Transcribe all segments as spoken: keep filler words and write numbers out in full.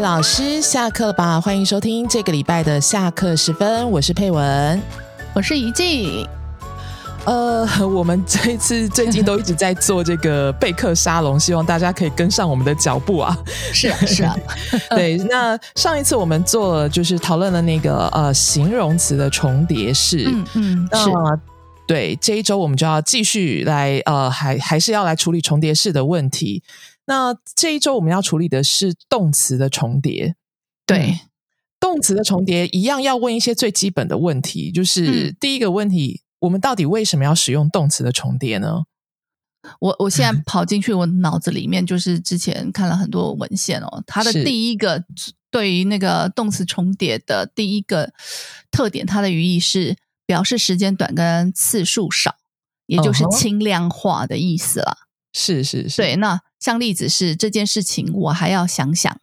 老师下课了吧，欢迎收听这个礼拜的下课时分，我是佩文， 我是怡静。 呃，我们这一次最近都一直在做这个备课沙龙，希望大家可以跟上我们的脚步啊。 是啊，是啊。 对，那上一次我们做了就是讨论了那个呃形容词的重叠式， 嗯嗯， 是。对，这一周我们就要继续来呃，还还是要来处理重叠式的问题。那这一周我们要处理的是动词的重叠。 对、嗯， 动词的重叠一样要问一些最基本的问题，就是第一个问题、嗯，我们到底为什么要使用动词的重叠呢？ 我我现在跑进去我脑子里面就是之前看了很多文献哦，它的第一个对于那个动词重叠的第一个特点，它的语义是表示时间短跟次数少，也就是轻量化的意思啦。 是是是。 对，那像例子是这件事情我还要想想。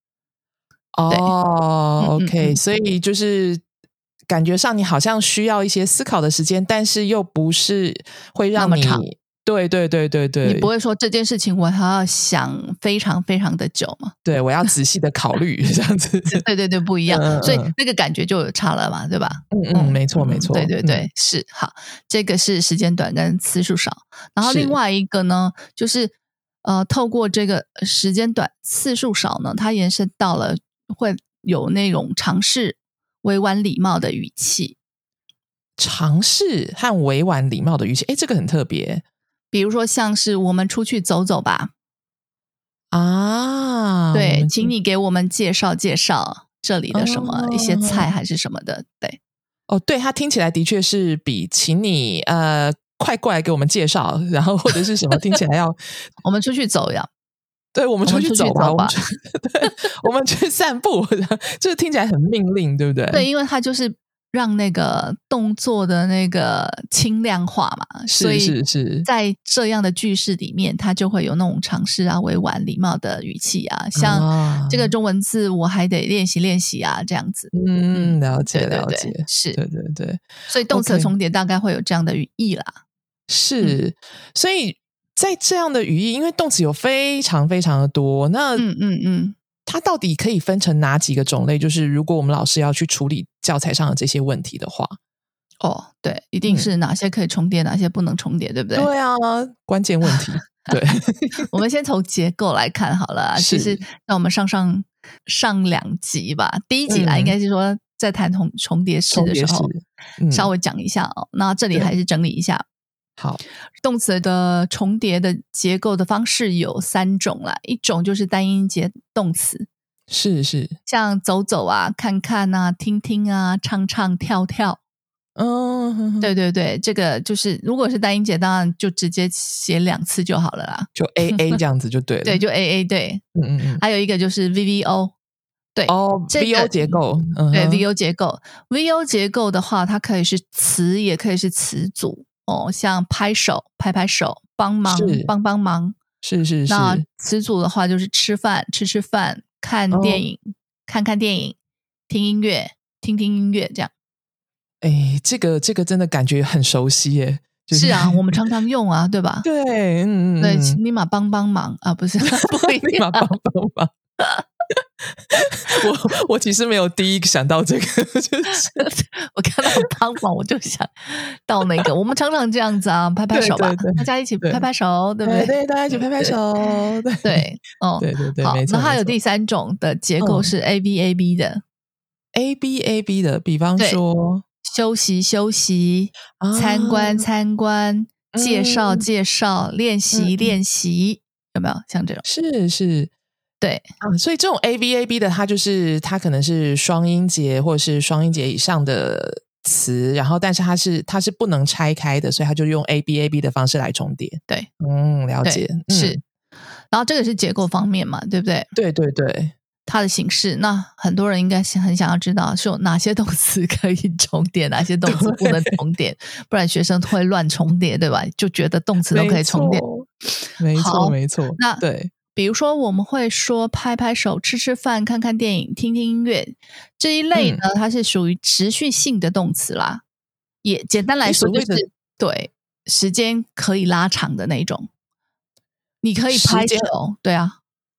哦、oh, OK、嗯嗯、所以就是感觉上你好像需要一些思考的时间，但是又不是会让你对对对对对， 你不会说这件事情我还要想非常非常的久嘛？ 对，我要仔细的考虑这样子。 对对对，不一样、嗯、所以那个感觉就有差了嘛，对吧？ 嗯嗯，没错没错， 对对对、嗯、是。好，这个是时间短跟次数少，然后另外一个呢就是呃，透过这个时间短次数少呢，它延伸到了会有那种尝试委婉礼貌的语气。 尝试和委婉礼貌的语气，诶，这个很特别。 比如说像是我们出去走走吧。 啊， 对，请你给我们介绍介绍这里的什么、哦、一些菜还是什么的。对， 哦，对，它听起来的确是比请你呃快过来给我们介绍，然后或者是什么听起来要我们出去走呀。 对，我们出去走吧，我们出去走吧对，我们去散步，就是听起来很命令，对不对？ 对，因为它就是让那个动作的那个轻量化嘛，所以是是是，在这样的句式里面，它就会有那种尝试啊、委婉礼貌的语气啊，像这个中文字我还得练习练习啊，这样子。 嗯，了解对对对了解， 是， 对对对， 所以动词的重叠大概会有这样的语义啦。 是，嗯、所以在这样的语义，因为动词有非常非常的多，那嗯嗯嗯。 它到底可以分成哪几个种类？就是如果我们老师要去处理教材上的这些问题的话， 哦，对，一定是哪些可以重叠、嗯、哪些不能重叠，对不对？ 对啊，关键问题。对， 我们先从结构来看好了啊。其实那我们上上上两集吧，第一集啦、嗯、应该是说在谈重重叠式的时候、嗯、稍微讲一下哦。那这里还是整理一下。 好， 动词的重叠的结构的方式有三种啦，一种就是单音节动词， 是是， 像走走啊、看看啊、听听啊、唱唱、跳跳。 嗯， 对对对，这个就是如果是单音节，当然就直接写两次就好了啦， 就 A A 这样子就对了。 对，就 A A 对， 嗯嗯嗯。 还有一个就是 V V O， 对哦、这个、V O 结构， 嗯、对 V O 结构 ，V O 结构的话，它可以是词，也可以是词组。哦，像拍手、拍拍手、帮忙、帮帮忙， 是是是。 那词组的话就是吃饭、吃吃饭、看电影、哦、看看电影、听音乐、听听音乐，这样。 哎，这个这个真的感觉很熟悉耶。就是、 是啊，我们常常用啊，对吧？ 对，嗯嗯， 对，请立马帮帮忙啊，不是，不一定、啊， 立马帮帮忙。我我其实没有第一个想到这个，就是我看到帮忙我就想到那个，我们常常这样子啊，拍拍手吧，对对对，大家一起拍拍手，对不对？ 对，大家一起拍拍手，对对，哦， 对对对， 好， 没错。 那还有第三种的结构是 A B A B 的、 嗯、，A B A B 的，比方说休息休息、啊、参观参观、介绍介绍、练习练习，有没有像这种？ 是是。 对啊，所以这种 A B A B 的，它就是它可能是双音节或者是双音节以上的词，然后但是它是它是不能拆开的，所以它就用 A B A B 的方式来重叠。 对， 嗯，了解，嗯、 是。然后这个是结构方面嘛，对不对？ 对对对， 它的形式，那很多人应该很想要知道，是有哪些动词可以重叠，哪些动词不能重叠，不然学生会乱重叠，对吧？就觉得动词都可以重叠。 没错，没错。 那对。 比如说我们会说拍拍手、吃吃饭、看看电影、听听音乐这一类呢、嗯、它是属于持续性的动词啦，也简单来说就是对时间可以拉长的那种，你可以拍手，对啊，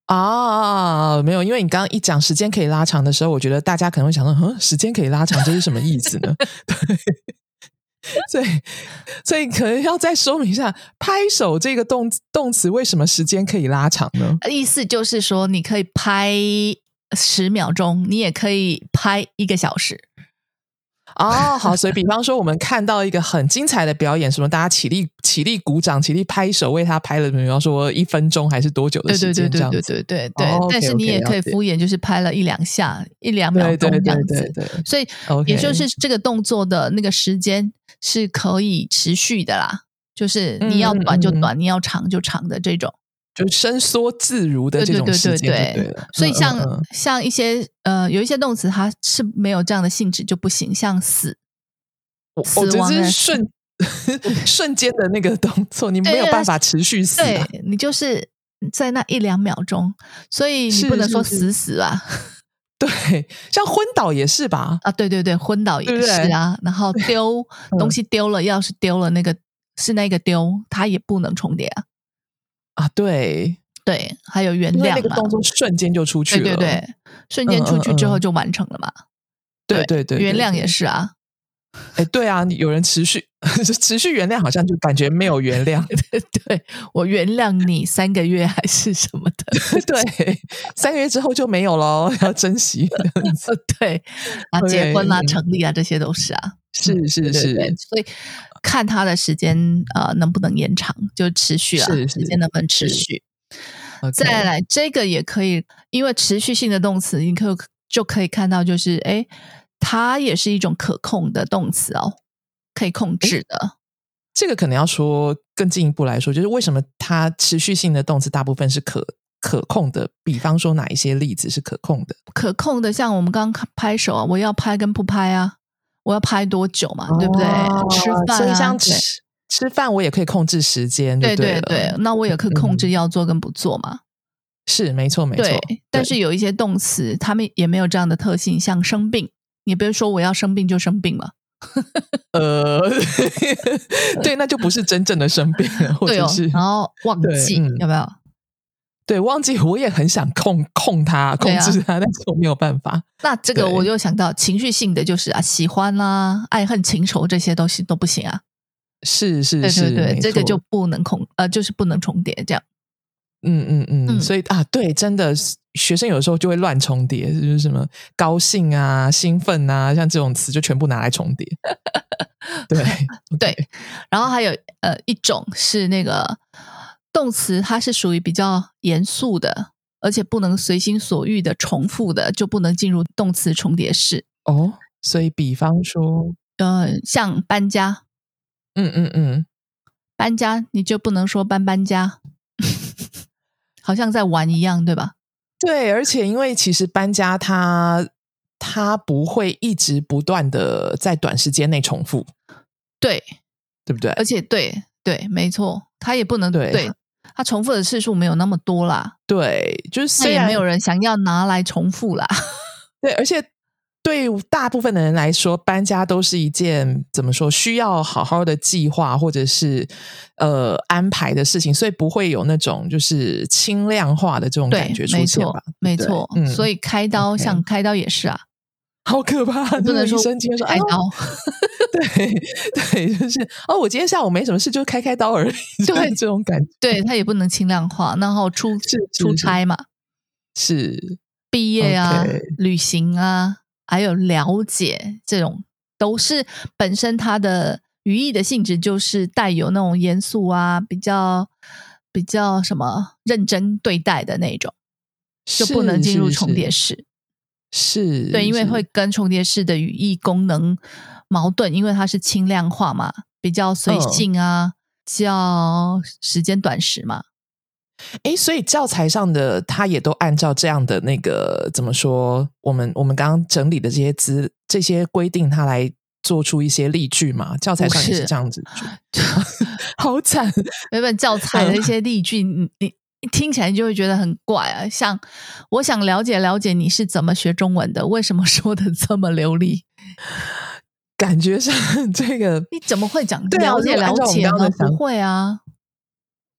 啊，没有，因为你刚刚一讲时间可以拉长的时候，我觉得大家可能会想说，嗯，时间可以拉长，这是什么意思呢？对，所以所以可能要再说明一下，拍手这个动动词为什么时间可以拉长呢？ 意思就是说，你可以拍十秒钟，你也可以拍一个小时。 哦，好，所以比方说我们看到一个很精彩的表演，什么大家起立起立鼓掌起立拍手为他拍了比方说一分钟还是多久的时间， 对对对对对对对、哦、但是你也可以敷衍，就是拍了一两下一两秒钟这样子， 对对对对， 所以也就是这个动作的那个时间是可以持续的啦，就是你要短就短、嗯、你要长就长的这种， 就伸缩自如的这种时间就对了， 对对对对，所以像、嗯嗯、像一些呃有一些动词它是没有这样的性质就不行，像死， 我我只是瞬瞬间的那个动作，你没有办法持续死、啊， 对，你就是在那一两秒钟，所以你不能说死死啊。是是是对，像昏倒也是吧？ 啊，对对对，昏倒也是啊。然后丢东西丢了，要是丢了那个是那个丢，它也不能重叠啊。 啊，对对，还有原谅嘛， 那个动作瞬间就出去了， 对对对，瞬间出去之后就完成了嘛。嗯嗯嗯对对 对, 对, 对， 原谅也是啊。 哎，对啊，有人持续持续原谅，好像就感觉没有原谅。 对，我原谅你三个月还是什么的， 对，三个月之后就没有了，要珍惜。 对啊，结婚啊、成立啊，这些都是啊， 是是是， 对对对，所以看他的时间呃能不能延长，就持续啊， 是时间能不能持续。再来，这个也可以，因为持续性的动词，你可就可以看到，就是哎。它也是一种可控的动词哦，可以控制的。 这个可能要说更进一步来说，就是为什么它持续性的动词大部分是可可控的？比方说哪一些例子是可控的？ 可控的，像我们刚刚拍手啊，我要拍跟不拍啊，我要拍多久嘛，哦、对不对？吃饭、啊， 所以像吃吃饭，我也可以控制时间，对对对，那我也可以控制要做跟不做嘛。嗯、 是没错没错， 对。但是有一些动词，它们也没有这样的特性，像生病。你不是说我要生病就生病吗？ 呃，对，那就不是真正的生病了，或者是、 哦、然后忘记、嗯、有没有？ 对，忘记我也很想控控它、控制它、啊，但是我没有办法。 那这个我就想到情绪性的，就是啊，喜欢啦、爱恨情仇这些东西都不行啊。 是是是， 对对对，这个就不能控，呃，就是不能重叠这样。 嗯嗯嗯，嗯所以啊，对，真的学生有的时候就会乱重叠，就是什么高兴啊、兴奋啊，像这种词就全部拿来重叠。对对， okay 然后还有呃一种是那个动词，它是属于比较严肃的，而且不能随心所欲的重复的，就不能进入动词重叠式。 哦，所以比方说， 呃，像搬家， 嗯嗯嗯， 搬家你就不能说搬搬家。好像在玩一样，对吧？ 对，而且因为其实搬家它它不会一直不断的在短时间内重复， 对对不对？ 而且对对，没错，它也不能 对, 对它重复的次数没有那么多啦。 对，就是虽然也没有人想要拿来重复啦。 对，而且对大部分的人来说，搬家都是一件怎么说需要好好的计划或者是呃安排的事情，所以不会有那种就是轻量化的这种感觉出现吧？ 没错，没错、嗯。所以开刀，像开刀也是啊， 好可怕！ 不能说医生今天说开刀， 对对，就是哦，我今天下午没什么事，就开开刀而已，对这种感觉。 对，他也不能轻量化，然后出出差嘛， 是毕业啊、 okay 旅行啊。还有了解，这种都是本身它的语义的性质就是带有那种严肃啊，比较比较什么认真对待的那种，就不能进入重叠式。 是，是对，因为会跟重叠式的语义功能矛盾，因为它是轻量化嘛，比较随性啊，较时间短时嘛。 诶，所以教材上的他也都按照这样的那个怎么说，我们我们刚刚整理的这些资这些规定，他来做出一些例句嘛？教材上也是这样子，好惨。 原本教材的一些例句，你你听起来就会觉得很怪啊。像我想了解了解你是怎么学中文的，为什么说的这么流利？ 感觉上这个你怎么会讲了解了解呢？不会啊。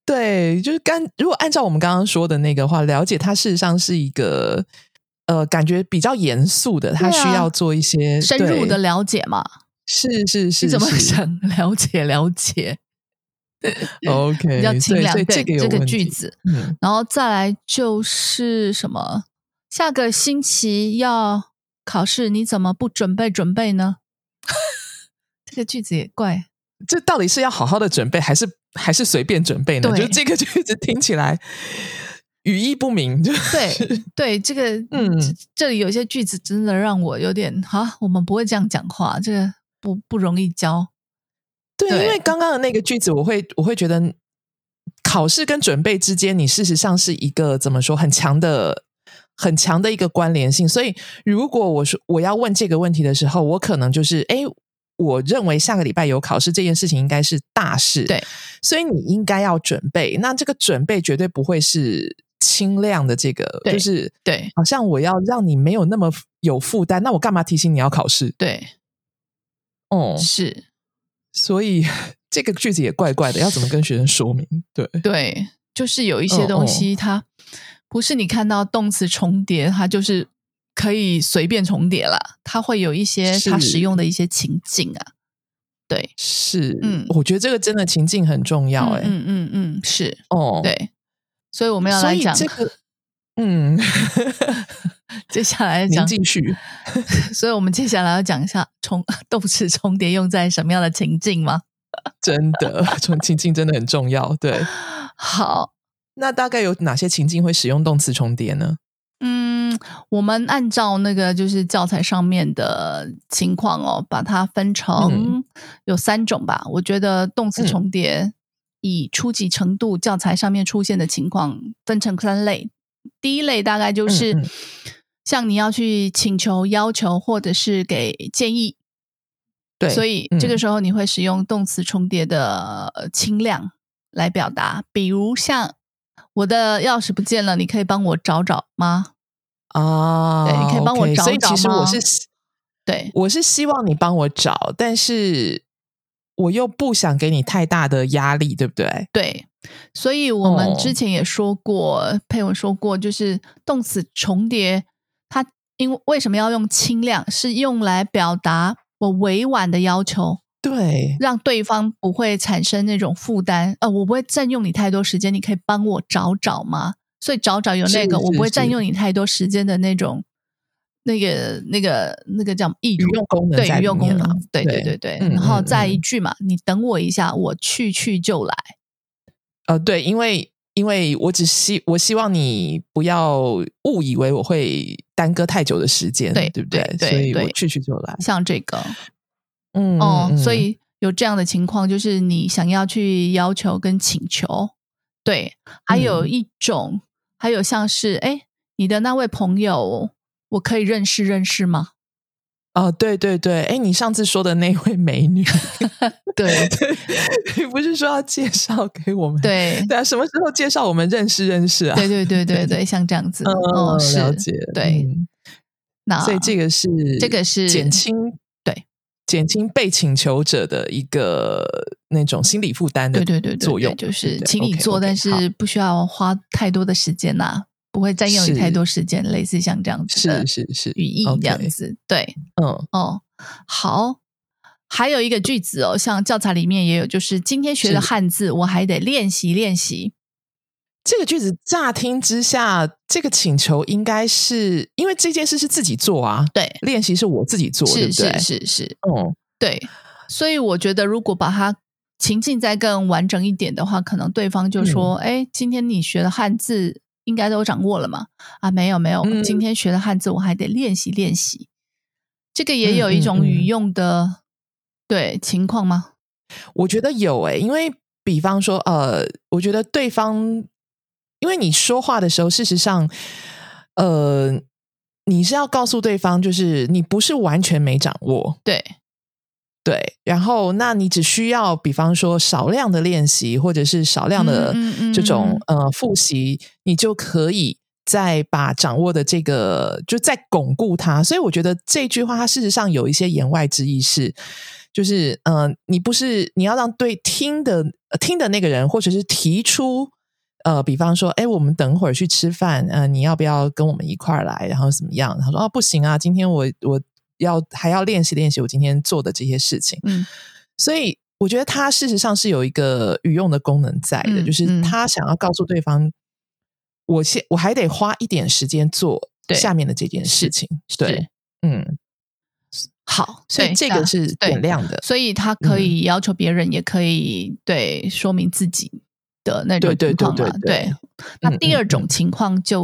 对，就是干如果按照我们刚刚说的那个话，了解它事实上是一个呃，感觉比较严肃的，它需要做一些、 啊、深入的了解嘛。 是是是， 你怎么想了解了解 ？OK， 比较清凉。 对， 对， 这个有这个句子、 嗯， 然后再来就是什么？下个星期要考试，你怎么不准备准备呢？这个句子也怪， 这到底是要好好的准备，还是还是随便准备呢？就这个句子听起来语义不明，就对对，这个嗯这，这里有些句子真的让我有点啊，我们不会这样讲话，这个不不容易教。 对，因为刚刚的那个句子，我会我会觉得考试跟准备之间，你事实上是一个怎么说很强的、很强的一个关联性。所以，如果我说我要问这个问题的时候，我可能就是哎，我认为下个礼拜有考试这件事情应该是大事， 对， 所以你应该要准备。那这个准备绝对不会是轻量的，这个就是对， 好像我要让你没有那么有负担，那我干嘛提醒你要考试？ 对， 哦、嗯， 是。 所以这个句子也怪怪的，要怎么跟学生说明？对对，就是有一些东西它不是你看到动词重叠它就是可以随便重叠了，它会有一些它使用的一些情境啊。对， 是，嗯，我觉得这个真的情境很重要。哎， 嗯嗯嗯，是哦， 对，所以我们要来讲这个，嗯， 接下来讲继续。 所以我们接下来要讲一下重动词重叠用在什么样的情境吗？ 真的，情境真的很重要。对， 好， 那大概有哪些情境会使用动词重叠呢？ 嗯，我们按照那个就是教材上面的情况哦，把它分成有三种吧。嗯、我觉得动词重叠、嗯、以初级程度教材上面出现的情况分成三类。第一类大概就是、嗯嗯、像你要去请求、要求或者是给建议， 对， 所以这个时候你会使用动词重叠的轻量来表达，比如像我的钥匙不见了，你可以帮我找找吗？ 啊， 对，你可以帮我找找吗？ 所以其实我是对， 我是希望你帮我找，但是我又不想给你太大的压力，对不对？ 对，所以我们之前也说过，哦、佩文说过，就是动词重叠，它因为为什么要用轻量，是用来表达我委婉的要求。 对， 让对方不会产生那种负担，呃，我不会占用你太多时间，你可以帮我找找吗？所以找找有那个我不会占用你太多时间的那种，那个那个那个叫语用功能， 对，语用功能，对对对对。 嗯、 然后再一句嘛，嗯、你等我一下，我去去就来。 呃，对，因为因为我只希我希望你不要误以为我会耽搁太久的时间， 对对不对？ 对对， 所以我去去就来。 像这个。 嗯哦、 嗯， 所以有这样的情况，就是你想要去要求跟请求，对，还有一种，嗯、还有像是，哎，你的那位朋友，我可以认识认识吗？ 哦，对对对，哎，你上次说的那位美女， 对， 你不是说要介绍给我们？ 对对啊，什么时候介绍我们认识认识啊？ 对对对对对，像这样子， 嗯、 哦，是了解， 对， 嗯、 那所以这个是这个是减轻。减轻被请求者的一个那种心理负担的作用， 对对对对对，就是请你做， okay, okay, 但是不需要花太多的时间呐、啊，不会占用你太多时间，类似像这样子的是是是语义这样子， okay, 对， 嗯哦，好，还有一个句子哦，像教材里面也有，就是今天学的汉字，我还得练习练习。 这个句子乍听之下，这个请求应该是因为这件事是自己做啊， 对， 练习是我自己做， 是对不对？ 是是是， 嗯， 对，所以我觉得如果把它情境再更完整一点的话，可能对方就说：“哎、嗯，今天你学的汉字应该都掌握了嘛？”啊，没有没有、嗯，今天学的汉字我还得练习练习。这个也有一种语用的、嗯嗯嗯、对情况吗？ 我觉得有诶、欸，因为比方说，呃，我觉得对方。因为你说话的时候，事实上，呃，你是要告诉对方，就是你不是完全没掌握， 对对，然后那你只需要，比方说少量的练习，或者是少量的这种、嗯嗯嗯、呃复习，你就可以再把掌握的这个就再巩固它。所以我觉得这句话，它事实上有一些言外之意是，就是呃，你不是你要让对听的听的那个人或者是提出呃，比方说哎，我们等会儿去吃饭，呃，你要不要跟我们一块儿来，然后怎么样，他说啊不行啊，今天我我要还要练习练习我今天做的这些事情。嗯，所以我觉得他事实上是有一个语用的功能在的，嗯，就是他想要告诉对方我现我还得花一点时间做下面的这件事情。对，嗯， 好， 所以这个是点亮的， 所以他可以要求别人，嗯，也可以对说明自己的那种情况嘛。对对对对对。那第二种情况就是，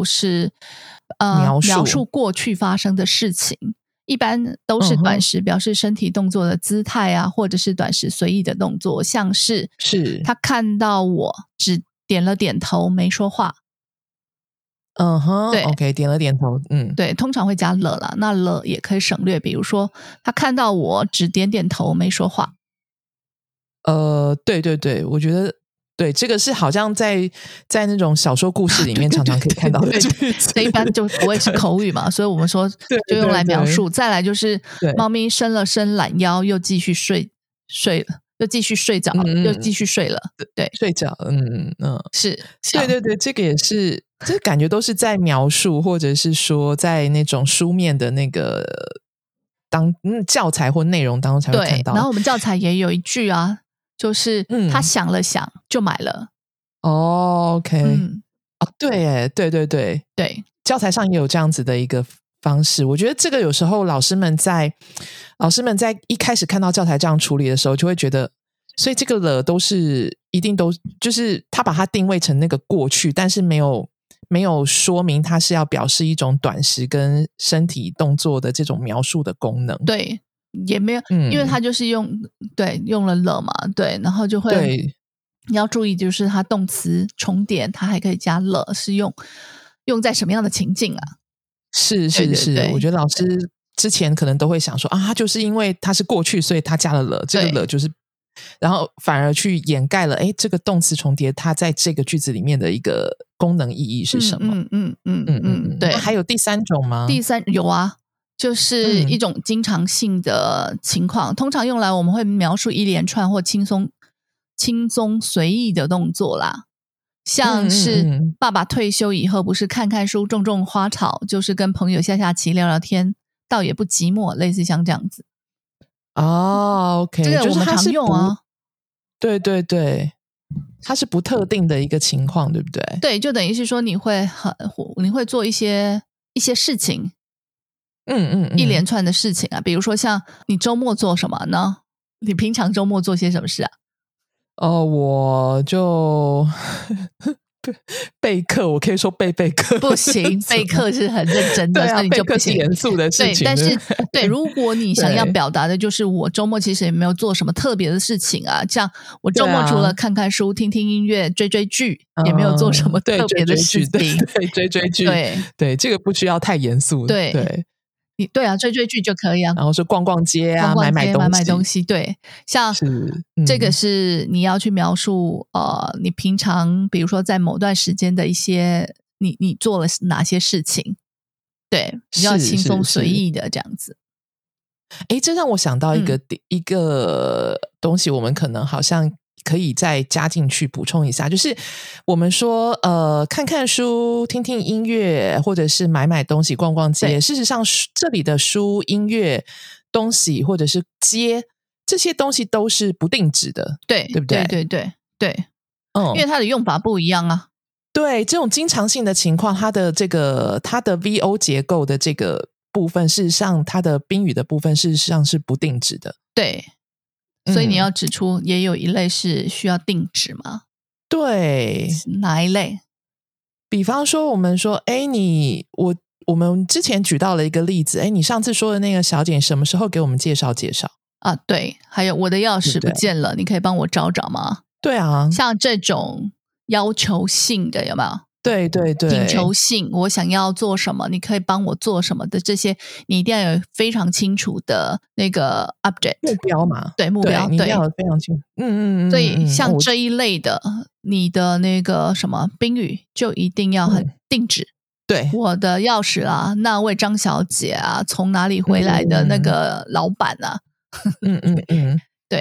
嗯，呃描述描述过去发生的事情，一般都是短时表示身体动作的姿态啊，嗯，或者是短时随意的动作，像是是他看到我只点了点头没说话。 嗯哼，对 ，OK， 点了点头，嗯， 对，通常会加了啦，那了也可以省略，比如说他看到我只点点头没说话。 呃，对对对，我觉得对，这个是好像在在那种小说故事里面常常可以看到的句子， 这一般就不会是口语嘛，所以我们说就用来描述。再来就是猫咪伸了伸懒腰，又继续睡睡了。又继续睡着，嗯，又继续睡了，对， 睡着，嗯嗯， 是， 对对对，这个也是，这感觉都是在描述，或者是说在那种书面的那个当嗯教材或内容当中才会看到。 然后我们教材也有一句啊，就是他想了想就买了。 哦 ，OK，嗯，哦，对，哎，对对对对， 教材上也有这样子的一个方式。我觉得这个有时候老师们在老师们在一开始看到教材这样处理的时候，就会觉得，所以这个了都是一定都就是他把它定位成那个过去，但是没有没有说明它是要表示一种短时跟身体动作的这种描述的功能。 对，也没有，嗯，因为他就是用对用了了嘛，对，然后就会对， 你要注意，就是它动词重点，它还可以加了，是用用在什么样的情境啊？ 是是是，对对对，我觉得老师之前可能都会想说啊，就是因为它是过去，所以他加了了，这个了就是，然后反而去掩盖了，哎，这个动词重叠它在这个句子里面的一个功能意义是什么？ 嗯嗯嗯嗯嗯，对。 还有第三种吗？ 第三有啊，就是一种经常性的情况，嗯，通常用来我们会描述一连串或轻松轻松随意的动作啦。像是爸爸退休以后，不是看看书、种种花草，就是跟朋友下下棋、聊聊天，倒也不寂寞，类似像这样子。 哦 ，OK， 这个我们常用啊。 对对对，它是不特定的一个情况，对不对？ 对，就等于是说你会很你会做一些一些事情， 嗯嗯嗯， 一连串的事情啊，比如说像你周末做什么呢？你平常周末做些什么事啊？ 哦，我就备课，我可以说备备课， 不行，备课是很认真的， 对啊， 所以你就不行， 严肃的事情。 对，但是对，如果你想要表达的就是我周末其实也没有做什么特别的事情啊，像我周末除了看看书、听听音乐、追追剧，也没有做什么特别的事情。 对，追追剧，对对，这个不需要太严肃。 对对。 你对啊，追追剧就可以啊， 然后是逛逛街啊， 逛逛街买买东西， 买买东西。对，像是、嗯、 这个是你要去描述呃，你平常比如说在某段时间的一些你你做了哪些事情，对，比较轻松随意的这样子。 哎，这让我想到一个、嗯、一个东西，我们可能好像可以再加进去补充一下，就是我们说呃，看看书、听听音乐，或者是买买东西、逛逛街。事实上，这里的书、音乐、东西或者是街这些东西都是不定值的， 对， 对不对？ 对对对对，嗯，因为它的用法不一样啊。 对，这种经常性的情况，它的这个它的 V O 结构的这个部分，事实上它的宾语的部分，事实上是不定值的。 对。所以你要指出也有一类是需要定值吗？ 对， 哪一类？ 比方说我们说哎，你我我们之前举到了一个例子，哎，你上次说的那个小姐什么时候给我们介绍介绍啊？对，还有我的钥匙不见了，你可以帮我找找吗？ 对啊， 像这种要求性的有没有？ 对对对， 请求性，我想要做什么，你可以帮我做什么的，这些你一定要有非常清楚的那个 object 目标嘛， 对目标， 对，你一定要有非常清楚。嗯嗯嗯。 所以像这一类的，哦、你的那个什么宾语就一定要很定制。嗯、 对， 我的钥匙啊，那位张小姐啊，从哪里回来的那个老板啊？ 嗯嗯嗯， 对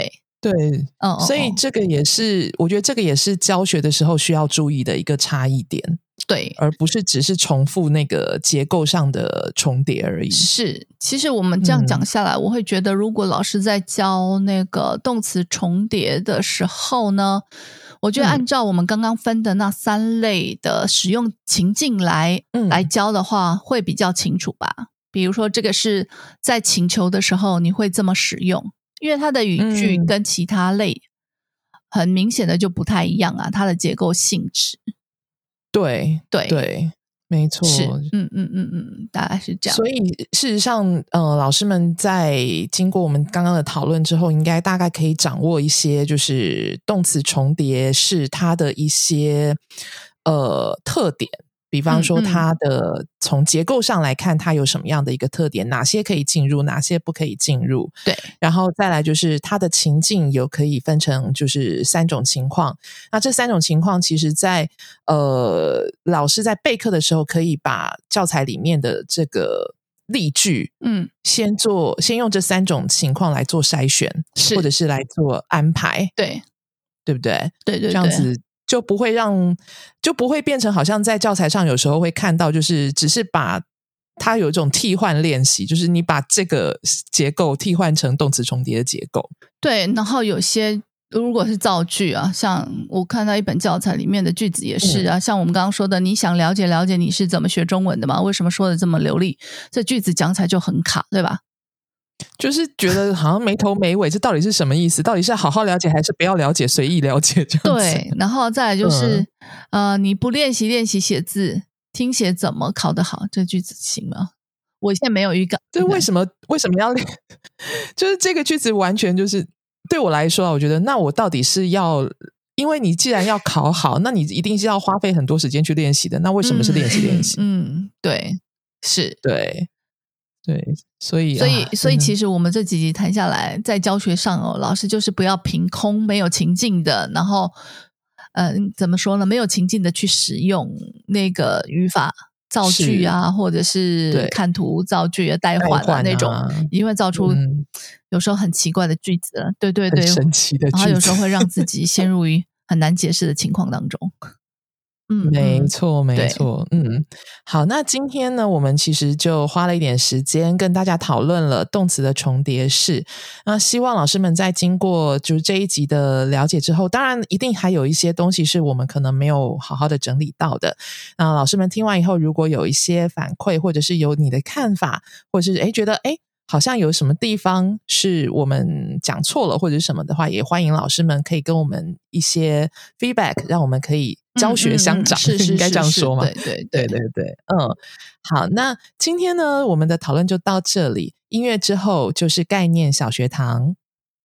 对， 哦哦哦所以这个也是我觉得这个也是教学的时候需要注意的一个差异点。 对， 而不是只是重复那个结构上的重叠而已。 是，其实我们这样讲下来、嗯、我会觉得如果老师在教那个动词重叠的时候呢，我觉得按照我们刚刚分的那三类的使用情境来、嗯、来教的话会比较清楚吧。比如说这个是在请求的时候你会这么使用，因为它的语句跟其他类很明显的就不太一样啊，它的结构性质。 对对对，没错， 是，嗯嗯嗯嗯，大概是这样。 所以事实上，呃，老师们在经过我们刚刚的讨论之后，应该大概可以掌握一些，就是动词重叠是它的一些呃特点。比方说它的、嗯、从结构上来看它有什么样的一个特点，哪些可以进入，哪些不可以进入。 对， 然后再来就是它的情境有可以分成就是三种情况。那这三种情况其实在呃老师在备课的时候可以把教材里面的这个例句嗯先做先用这三种情况来做筛选，或者是来做安排。 对， 对不对？ 对对对， 这样子就不会让就不会变成好像在教材上有时候会看到就是只是把它有一种替换练习，就是你把这个结构替换成动词重叠的结构。 对，然后有些如果是造句啊，像我看到一本教材里面的句子也是啊、嗯、像我们刚刚说的，你想了解了解你是怎么学中文的吗？为什么说的这么流利？这句子讲起来就很卡，对吧？ 就是觉得好像没头没尾，这到底是什么意思？到底是好好了解还是不要了解随意了解这样子？ 对，然后再来就是、嗯、呃，你不练习练习写字听写怎么考得好？这句子行吗？我现在没有预告， 这为什么为什么要练？就是这个句子完全就是对我来说我觉得那我到底是要，因为你既然要考好，那你一定是要花费很多时间去练习的，那为什么是练习练习？ 嗯, 嗯，对，是， 对对，所以所以、 啊、 所以其实我们这几集谈下来，在教学上哦，老师就是不要凭空没有情境的，然后呃，怎么说呢？没有情境的去使用那个语法造句啊，或者是看图造句啊、代换啊那种，因为造出有时候很奇怪的句子了。对对对， 很神奇的句子， 然后有时候会让自己陷入于很难解释的情况当中。 嗯，没错没错。嗯，好，那今天呢我们其实就花了一点时间跟大家讨论了动词的重叠式。那希望老师们在经过就是这一集的了解之后，当然一定还有一些东西是我们可能没有好好的整理到的。那老师们听完以后，如果有一些反馈，或者是有你的看法，或者是诶觉得诶好像有什么地方是我们讲错了或者是什么的话，也欢迎老师们可以跟我们一些 feedback， 让我们可以教学相长， 嗯嗯、是应该这样说吗？ 对对对对对对，嗯，好，那今天呢，我们的讨论就到这里。音乐之后就是概念小学堂。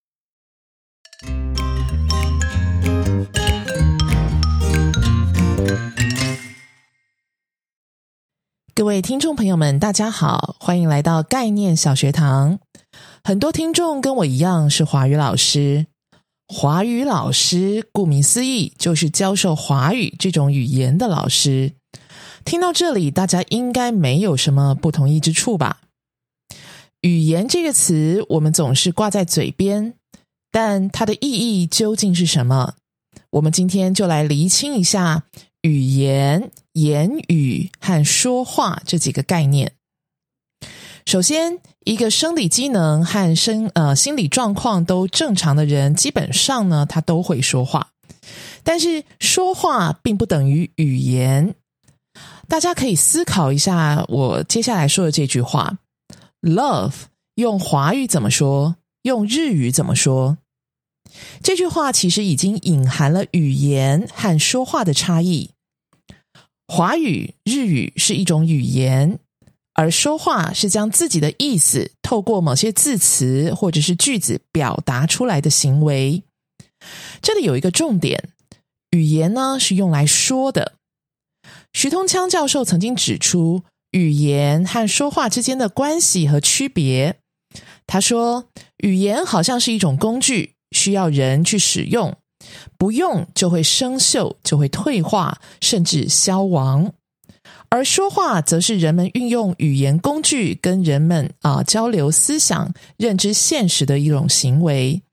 各位听众朋友们大家好，欢迎来到概念小学堂。很多听众跟我一样是华语老师，华语老师顾名思义就是教授华语这种语言的老师。听到这里大家应该没有什么不同意之处吧？语言这个词我们总是挂在嘴边，但它的意义究竟是什么？我们今天就来厘清一下语言、言语和说话这几个概念。首先，一个生理机能和生呃心理状况都正常的人，基本上呢，他都会说话。但是说话并不等于语言。大家可以思考一下我接下来说的这句话 ：Love 用华语怎么说？用日语怎么说？这句话其实已经隐含了语言和说话的差异。华语、日语是一种语言，而说话是将自己的意思透过某些字词或者是句子表达出来的行为。这里有一个重点，语言呢是用来说的。徐通枪教授曾经指出语言和说话之间的关系和区别。他说，语言好像是一种工具，需要人去使用，不用就会生锈，就会退化，甚至消亡。而说话则是人们运用语言工具跟人们啊、呃、交流思想、认知现实的一种行为。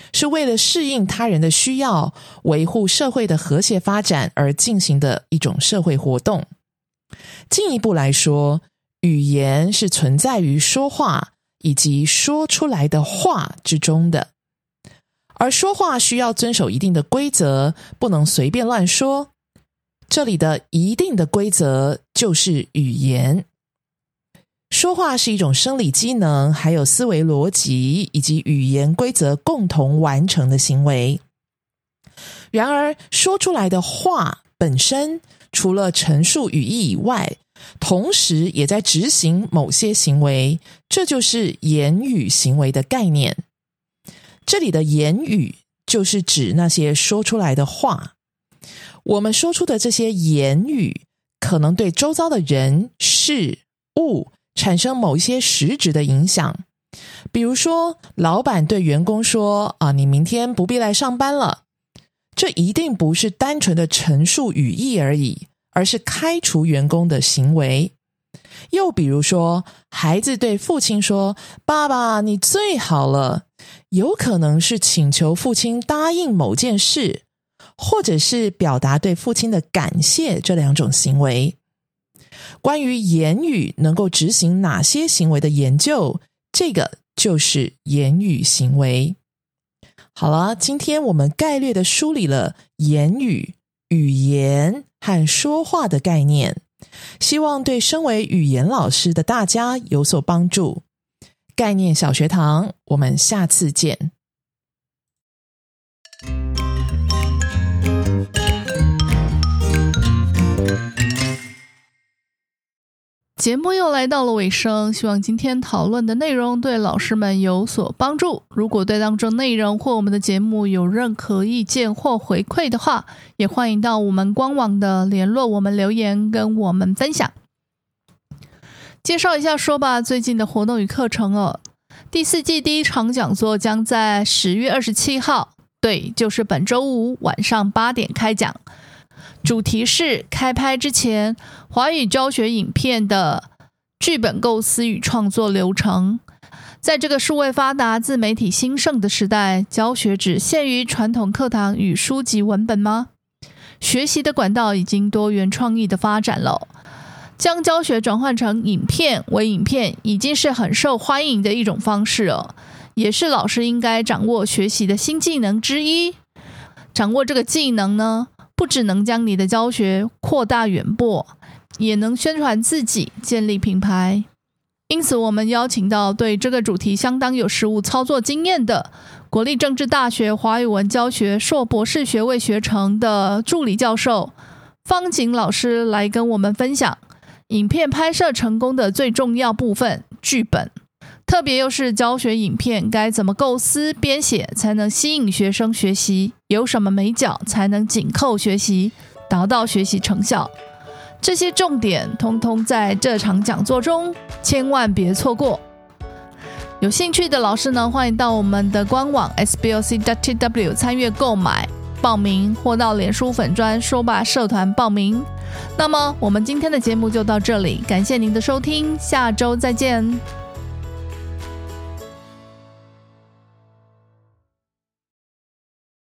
是为了适应他人的需要，维护社会的和谐发展而进行的一种社会活动。进一步来说，语言是存在于说话以及说出来的话之中的，而说话需要遵守一定的规则，不能随便乱说。这里的一定的规则就是语言。说话是一种生理机能，还有思维逻辑以及语言规则共同完成的行为。然而，说出来的话本身，除了陈述语义以外，同时也在执行某些行为，这就是言语行为的概念。这里的言语就是指那些说出来的话。我们说出的这些言语，可能对周遭的人、事、物产生某一些实质的影响。比如说，老板对员工说啊，你明天不必来上班了，这一定不是单纯的陈述语义而已，而是开除员工的行为。又比如说，孩子对父亲说，爸爸你最好了，有可能是请求父亲答应某件事，或者是表达对父亲的感谢，这两种行为。关于言语能够执行哪些行为的研究，这个就是言语行为。好了，今天我们概略的梳理了言语、语言和说话的概念，希望对身为语言老师的大家有所帮助。概念小学堂，我们下次见。 节目又来到了尾声，希望今天讨论的内容对老师们有所帮助。如果对当中内容或我们的节目有任何意见或回馈的话，也欢迎到我们官网的联络我们留言跟我们分享。介绍一下说吧最近的活动与课程哦。第四季第一场讲座将在十月二十七号，对，就是本周五晚上八点开讲。主题是开拍之前华语教学影片的剧本构思与创作流程。在这个数位发达、自媒体兴盛的时代，教学只限于传统课堂与书籍文本吗？学习的管道已经多元创意的发展了，将教学转换成影片为影片，已经是很受欢迎的一种方式了，也是老师应该掌握学习的新技能之一。掌握这个技能呢，不只能将你的教学扩大远播，也能宣传自己，建立品牌。因此我们邀请到对这个主题相当有实务操作经验的国立政治大学华语文教学硕博士学位学程的助理教授方景老师来跟我们分享影片拍摄成功的最重要部分——剧本，特别又是教学影片该怎么构思编写才能吸引学生学习，有什么眉角才能紧扣学习，达到学习成效。这些重点通通在这场讲座中，千万别错过。有兴趣的老师呢，欢迎到我们的官网 S B O C 点 T W 参阅购买报名，或到脸书粉专说吧社团报名。那么我们今天的节目就到这里，感谢您的收听，下周再见。